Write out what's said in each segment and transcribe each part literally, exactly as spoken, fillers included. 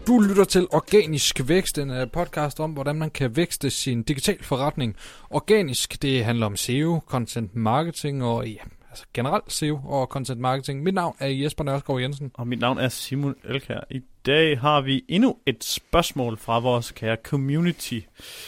Du lytter til Organisk Vækst, en podcast om, hvordan man kan vækste sin digital forretning. Organisk, det handler om S E O, content marketing og ja, altså generelt S E O og content marketing. Mit navn er Jesper Nørskov Jensen. Og mit navn er Simon Elkjær. I dag har vi endnu et spørgsmål fra vores kære community.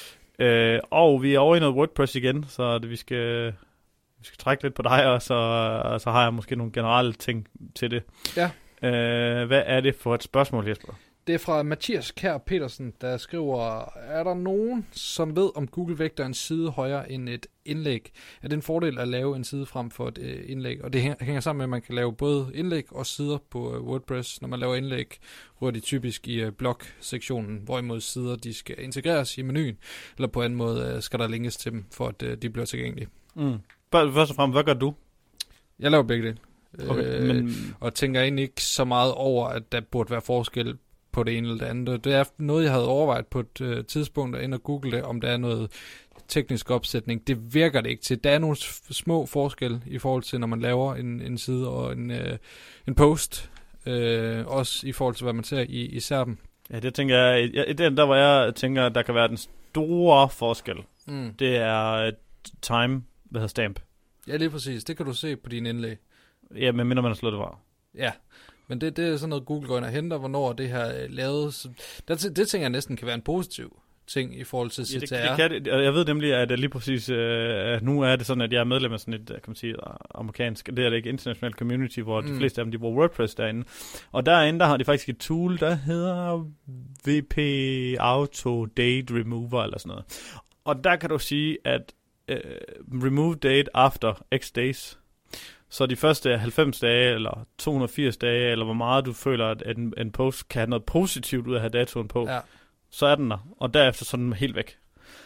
Øh, og vi er over i noget WordPress igen, så det, vi, skal, vi skal trække lidt på dig, og så, og så har jeg måske nogle generelle ting til det. Ja. Øh, hvad er det for et spørgsmål, Jesper? Det er fra Mathias Kjær Petersen, der skriver, er der nogen, som ved, om Google vægter en side højere end et indlæg? Er det en fordel at lave en side frem for et øh, indlæg? Og det hænger sammen med, at man kan lave både indlæg og sider på øh, WordPress. Når man laver indlæg, rører de typisk i øh, blog-sektionen, hvorimod sider de skal integreres i menuen, eller på anden måde øh, skal der linkes til dem, for at øh, de bliver tilgængelige. Mm. Først og fremmest, hvad gør du? Jeg laver begge dele. Okay, øh, men... Og tænker egentlig ikke så meget over, at der burde være forskel på det ene eller det andet. Det er noget, jeg havde overvejet på et øh, tidspunkt, at ind og google det, om der er noget teknisk opsætning. Det virker det ikke til. Der er nogle små forskelle i forhold til, når man laver en, en side og en, øh, en post. Øh, også i forhold til, hvad man ser i, i serben. Ja, det tænker jeg. Det er der, hvor jeg tænker, at der kan være den store forskel. Mm. Det er time, hvad hedder stamp. Ja, lige præcis. Det kan du se på dine indlæg. Ja, men mindre man har slået det var. Ja. Men det, det er sådan noget, Google går ind og henter, hvornår det her er lavet. Så det, det tænker jeg næsten kan være en positiv ting i forhold til C T R. Ja, det, det kan det. Jeg ved nemlig, at lige præcis, at nu er det sådan, at jeg er medlem af sådan et, kan man sige, amerikansk, det er det ikke, international community, hvor mm. de fleste af dem, de bruger WordPress derinde. Og derinde, der har de faktisk et tool, der hedder V P Auto Date Remover, eller sådan noget. Og der kan du sige, at uh, remove date after x days. Så de første halvfems dage, eller to hundrede og firs dage, eller hvor meget du føler, at en, en post kan have noget positivt ud af at have datoen på, ja. Så er den der. Og derefter så er den helt væk.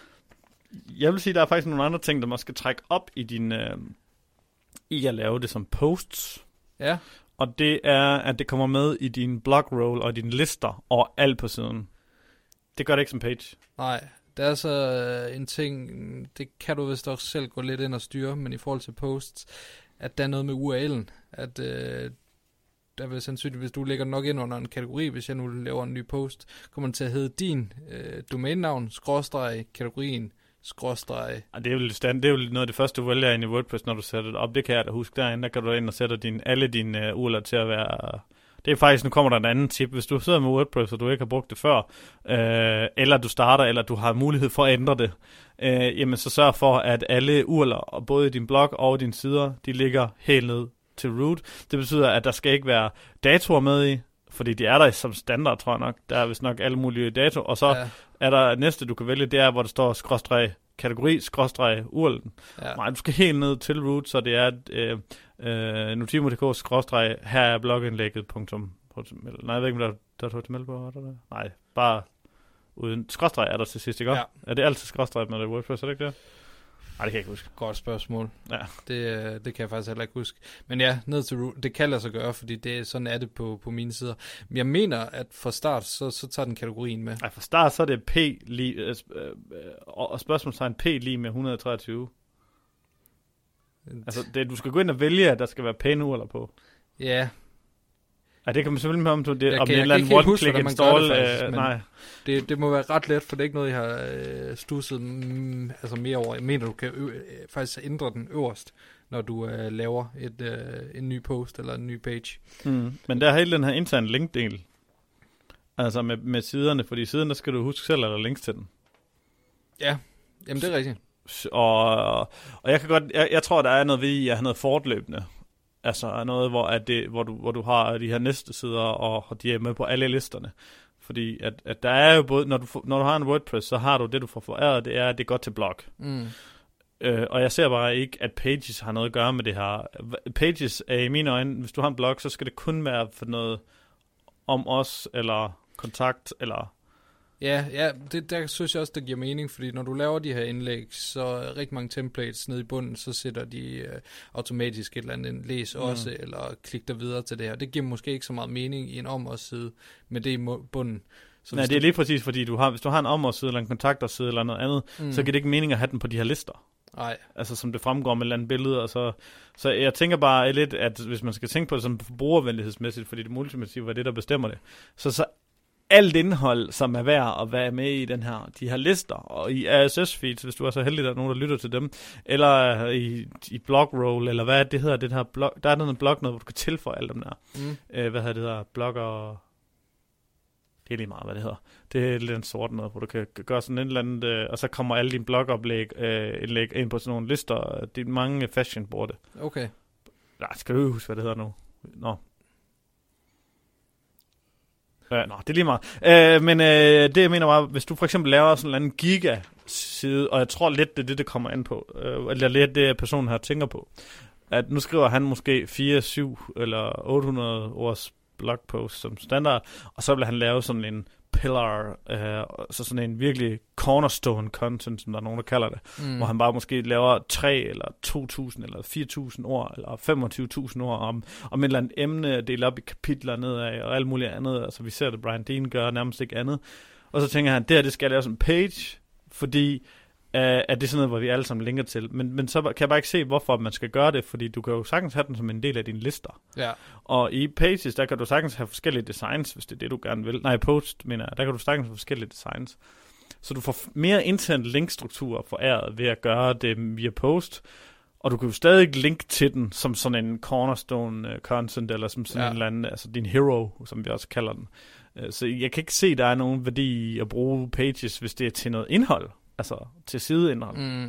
Jeg vil sige, at der er faktisk nogle andre ting, der man skal trække op i, din, øh, i at lave det som posts. Ja. Og det er, at det kommer med i din blog roll og dine lister og alt på siden. Det gør det ikke som page. Nej. Der er så øh, en ting, det kan du vist også selv gå lidt ind og styre, men i forhold til posts, at der er noget med U R L'en, at øh, der vil sandsynligt, hvis du lægger nok ind under en kategori, hvis jeg nu laver en ny post, kommer den til at hedde din øh, domænenavn, skråstreg, kategorien, skråstreg. Og det er jo stand, det er jo noget af det første, du vælger ind i WordPress, når du sætter det op. Det kan jeg da huske derinde, der kan du ind og sætte din, alle dine uh, U R L'er til at være... Det er faktisk, nu kommer der en anden tip. Hvis du sidder med WordPress, og du ikke har brugt det før, øh, eller du starter, eller du har mulighed for at ændre det, øh, jamen så sørg for, at alle U R L'er, både din blog og dine sider, de ligger helt ned til root. Det betyder, at der skal ikke være datoer med i, fordi de er der som standard, tror jeg nok. Der er vist nok alle mulige datoer. Og så ja. Er der næste, du kan vælge, det er, hvor der står skråstreg kategori, skråstreg U R L'en. Ja. Nej, du skal helt ned til root, så det er øh, øh, notimo punktum d k skråstreg her er blogindlægget punktum. Nej, jeg ved ikke, om der, der er H T M L på. Der? Nej, bare uden skråstreg er der til sidst, ikke? Ja. Er det altid skråstreg med det WordPress, er det ikke det? Nej, det kan jeg ikke huske. Godt spørgsmål. Ja. Det, det kan jeg faktisk heller ikke huske. Men ja, ned til root, det kan lade sig gøre, fordi det, sådan er det på, på mine sider. Men jeg mener, at fra start, så, så tager den kategorien med. Nej, fra start, så er det P lige, øh, øh, og spørgsmålstegn P lige med et hundrede og treogtyve. Altså, det, du skal gå ind og vælge, at der skal være pæne urler på. Ja. Ja, det kan man selvfølgelig med om, det, jeg om kan, det er en eller anden one-click install. Det, faktisk, øh, nej. Det, det må være ret let, for det er ikke noget, jeg har øh, stusset mm, altså mere over. Jeg mener, du kan ø- øh, faktisk ændre den øverst, når du øh, laver et, øh, en ny post eller en ny page. Mm. Men der er hele den her interne link-del. Altså med, med siderne, fordi siden der skal du huske selv, at der er links til den. Ja, jamen det er rigtigt. Og, og jeg kan godt, jeg, jeg tror, der er noget ved, at jeg har noget fortløbende. Altså noget, hvor, at det, hvor, du, hvor du har de her næste sider, og, og de er med på alle listerne. Fordi at, at der er jo både, når du, når du har en WordPress, så har du det, du får foræret, det er, at det går til blog. Mm. Øh, og jeg ser bare ikke, at Pages har noget at gøre med det her. Pages er i mine øjne, hvis du har en blog, så skal det kun være for noget om os, eller kontakt, eller... Ja, ja det, der synes jeg også, det giver mening, fordi når du laver de her indlæg, så er rigtig mange templates nede i bunden, så sætter de uh, automatisk et eller andet læs mm. også, eller klik der videre til det her. Det giver måske ikke så meget mening i en om-os-side med det i bunden. Så Nej, det er lige præcis, fordi du har, hvis du har en om-os-side, eller en kontakter-side, eller noget andet, mm. så giver det ikke mening at have den på de her lister. Nej. Altså som det fremgår med et eller andet billede, og så, så jeg tænker bare lidt, at hvis man skal tænke på det som forbrugervenlighedsmæssigt, fordi det multimative er det, der bestemmer det, så, så alt indhold, som er værd at være med i den her, de her lister, og i R S S-feeds, hvis du er så heldig, at der er nogen, der lytter til dem, eller i, i Blogroll, eller hvad det hedder, det her blog, der er noget blog, noget, hvor du kan tilføje alle dem der. Mm. Øh, hvad hedder det der, blogger... Det er lige meget, hvad det hedder. Det er lidt en sort noget, hvor du kan gøre sådan et eller andet, øh, og så kommer alle dine blogoplæg øh, indlæg ind på sådan nogle lister. Det er mange fashionboarde. Okay. Nej, skal du huske, hvad det hedder nu? Nå. Øh, nå, det er lige meget. Øh, men øh, det, jeg mener var, hvis du for eksempel laver sådan en eller anden giga-side, og jeg tror lidt, det er det, det kommer an på, øh, eller lidt det, personen her tænker på, at nu skriver han måske fire, syv eller otte hundrede års blogpost som standard, og så vil han lave sådan en pillar, øh, så sådan en virkelig cornerstone content, som der er nogen, der kalder det, mm. hvor han bare måske laver tre eller to tusind eller fire tusind ord, eller femogtyve tusind ord om, om et eller andet emne, delt op i kapitler nedad, og alt muligt andet. Altså vi ser det, Brian Dean gør nærmest ikke andet. Og så tænker han, det her, det skal jeg lave som page, fordi Uh, at det er sådan noget, hvor vi alle sammen linker til. Men, men så kan jeg bare ikke se, hvorfor man skal gøre det, fordi du kan jo sagtens have den som en del af dine lister. Ja. Og i Pages, der kan du sagtens have forskellige designs, hvis det er det, du gerne vil. Nej, Post, mener jeg. Der kan du sagtens have forskellige designs. Så du får mere intern linkstruktur foræret ved at gøre det via Post, og du kan jo stadig linke til den som sådan en cornerstone uh, content, eller som sådan ja. en eller anden, altså din hero, som vi også kalder den. Uh, så jeg kan ikke se, at der er nogen værdi i at bruge Pages, hvis det er til noget indhold. Altså til sideindhold. Mm.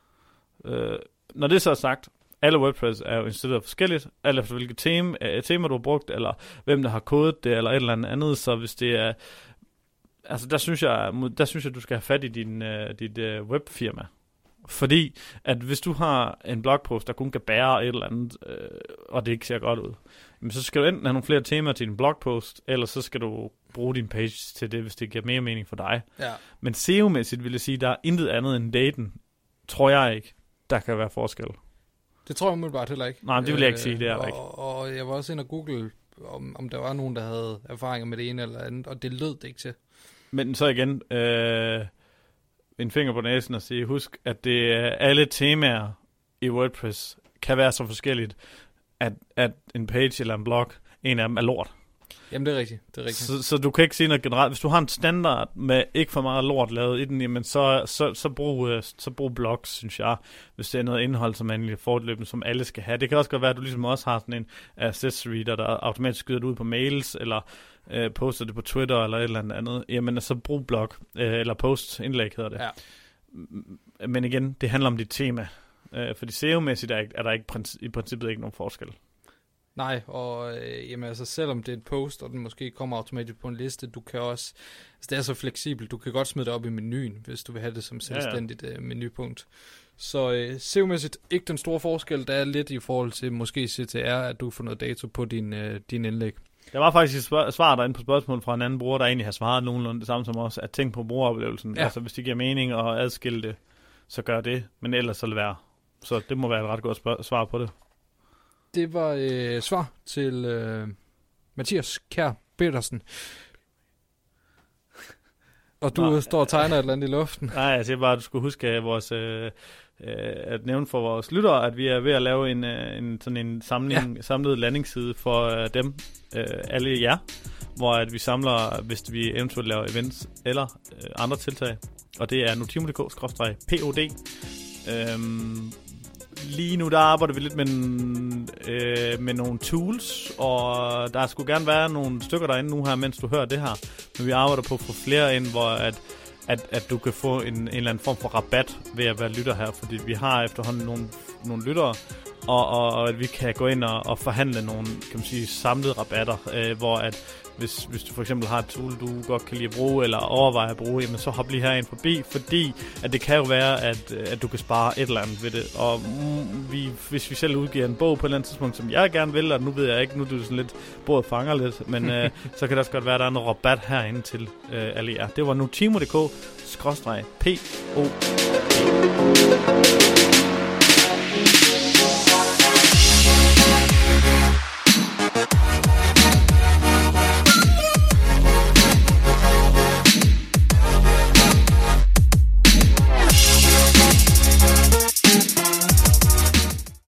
Øh, når det så er sagt, alle WordPress er jo installeret forskelligt, alt efter hvilket tema, øh, tema du har brugt, eller hvem der har kodet det, eller et eller andet andet, så hvis det er, altså der synes jeg, der synes jeg, du skal have fat i din, øh, dit øh, webfirma. Fordi, at hvis du har en blogpost, der kun kan bære et eller andet, øh, og det ikke ser godt ud, men så skal du enten have nogle flere temaer til din blogpost, eller så skal du bruge din page til det, hvis det giver mere mening for dig. Ja. Men S E O-mæssigt vil jeg sige, der er intet andet end daten, tror jeg ikke, der kan være forskel. Det tror jeg umiddelbart heller ikke. Nej, det vil jeg ikke sige, det er der og, ikke. Og jeg var også inde og google, om, om der var nogen, der havde erfaringer med det ene eller andet, og det lød det ikke til. Men så igen, øh, en finger på næsen og sige, husk, at det er alle temaer i WordPress kan være så forskelligt, at, at en page eller en blog, en af dem er lort. Jamen, det er rigtigt. Det er rigtigt. Så, så du kan ikke sige noget generelt. Hvis du har en standard med ikke for meget lort lavet i den, jamen så, så, så, brug, så brug blogs, synes jeg, hvis det er noget indhold, som er fortløbende, som alle skal have. Det kan også godt være, at du ligesom også har sådan en access reader, der automatisk skyder det ud på mails, eller øh, poster det på Twitter, eller et eller andet. Jamen, så brug blog, øh, eller post indlæg hedder det. Ja. Men igen, det handler om dit tema. Øh, fordi S E O-mæssigt er, er der ikke, i princippet ikke nogen forskel. Nej, og øh, jamen, altså, selvom det er et post, og den måske kommer automatisk på en liste, du kan også, altså, det er så fleksibelt, du kan godt smide det op i menuen, hvis du vil have det som selvstændigt ja, ja. Øh, menupunkt. Så øh, S E O-mæssigt ikke den store forskel, der er lidt i forhold til måske C T R, at du får noget dato på din, øh, din indlæg. Der var faktisk et svar, svar derinde på spørgsmål fra en anden bruger, der egentlig har svaret nogenlunde det samme som os, at tænke på brugeroplevelsen. Ja. Altså hvis det giver mening at adskille det, så gør det, men ellers så lad være. Så det må være et ret godt spørg- svar på det. Det var øh, svar til øh, Mathias Kjær Petersen. Og du Nå, står og tegner et eller andet i luften. Nej, jeg siger bare, at du skulle huske at vores, øh, øh, at nævne for vores lyttere, at vi er ved at lave en, øh, en, sådan en samling, ja. samlet landingsside for øh, dem, øh, alle jer, hvor at vi samler, hvis vi eventuelt laver events eller øh, andre tiltag. Og det er notimo punktum d k skråstreg P O D. Øhm, Lige nu, der arbejder vi lidt med, øh, med nogle tools, og der skulle gerne være nogle stykker derinde nu her, mens du hører det her. Men vi arbejder på at få flere ind, hvor at, at, at du kan få en, en eller anden form for rabat ved at være lytter her, fordi vi har efterhånden nogle, nogle lyttere, og, og, og at vi kan gå ind og, og forhandle nogle, kan man sige, samlede rabatter, øh, hvor at Hvis, hvis du for eksempel har et tool, du godt kan lide at bruge, eller overveje at bruge, jamen så hop lige herind forbi, fordi at det kan jo være, at, at du kan spare et eller andet ved det. Og mm, vi, hvis vi selv udgiver en bog på et eller andet tidspunkt, som jeg gerne vil, og nu ved jeg ikke, nu er det sådan lidt, bordet fanger lidt, men øh, så kan det også godt være, at der er noget rabat herinde til øh, alle jer. Det var notimo punktum d k skråstreg P O D.